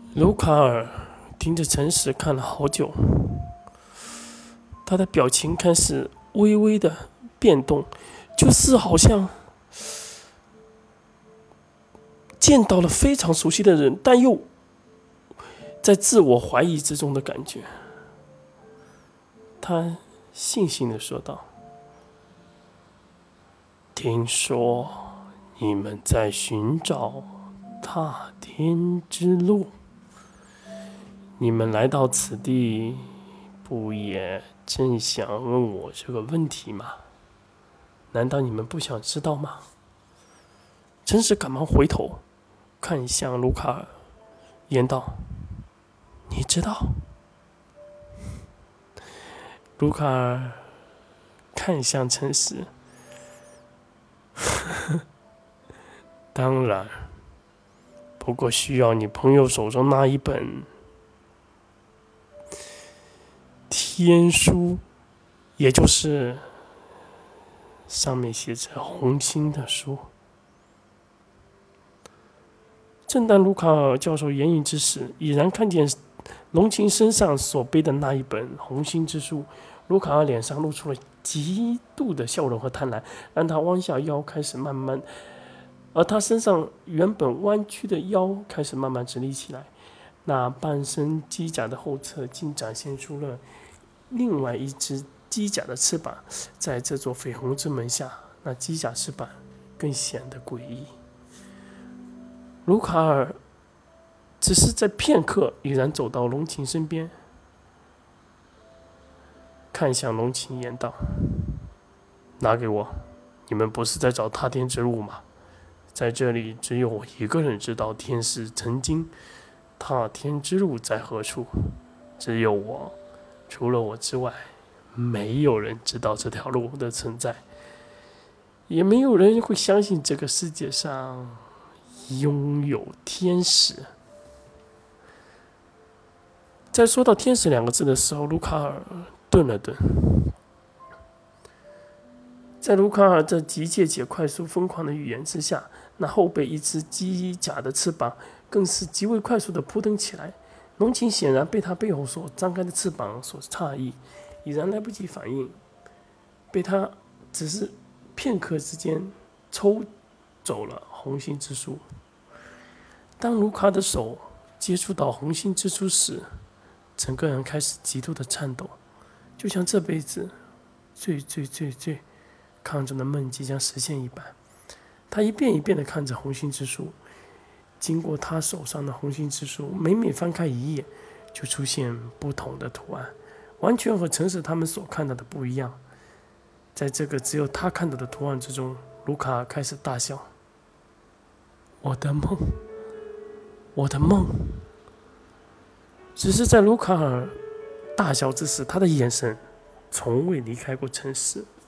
卢卡尔盯着诚实看了好久，他的表情开始微微的变动，就是好像见到了非常熟悉的人，但又在自我怀疑之中的感觉。他悻悻地说道：“听说你们在寻找踏天之路，你们来到此地，不也正想问我这个问题吗？难道你们不想知道吗？”诚实赶忙回头看向卢卡尔，言道：“你知道？”卢卡尔看向诚实，当然，不过需要你朋友手中那一本天书，也就是上面写着红心的书。正当卢卡尔教授言语之时，已然看见龙琴身上所背的那一本红心之书。卢卡尔脸上露出了极度的笑容和贪婪，让他弯下腰开始慢慢，而他身上原本弯曲的腰开始慢慢直立起来，那半身机甲的后侧竟展现出了另外一只机甲的翅膀。在这座绯红之门下，那机甲翅膀更显得诡异。卢卡尔只是在片刻，已然走到龙琴身边，看向龙琴言道：“拿给我，你们不是在找踏天之路吗？在这里只有我一个人知道天使曾经踏天之路在何处，只有我，除了我之外，没有人知道这条路的存在，也没有人会相信这个世界上拥有天使。”在说到天使两个字的时候，卢卡尔顿了顿。在卢卡尔这急切且快速疯狂的语言之下，那后背一只机甲的翅膀更是极为快速地扑腾起来。龙琴显然被他背后所张开的翅膀所诧异，已然来不及反应，被他只是片刻之间抽走了红心之书。当卢卡的手接触到红心之书时，整个人开始极度的颤抖，就像这辈子最看中的梦即将实现一般。他一遍一遍地看着红心之书，经过他手上的红心之书，每翻开一页，就出现不同的图案，完全和诚实他们所看到的不一样。在这个只有他看到的图案之中，卢卡尔开始大笑：“我的梦，我的梦！”只是在卢卡尔大笑之时，他的眼神从未离开过诚实。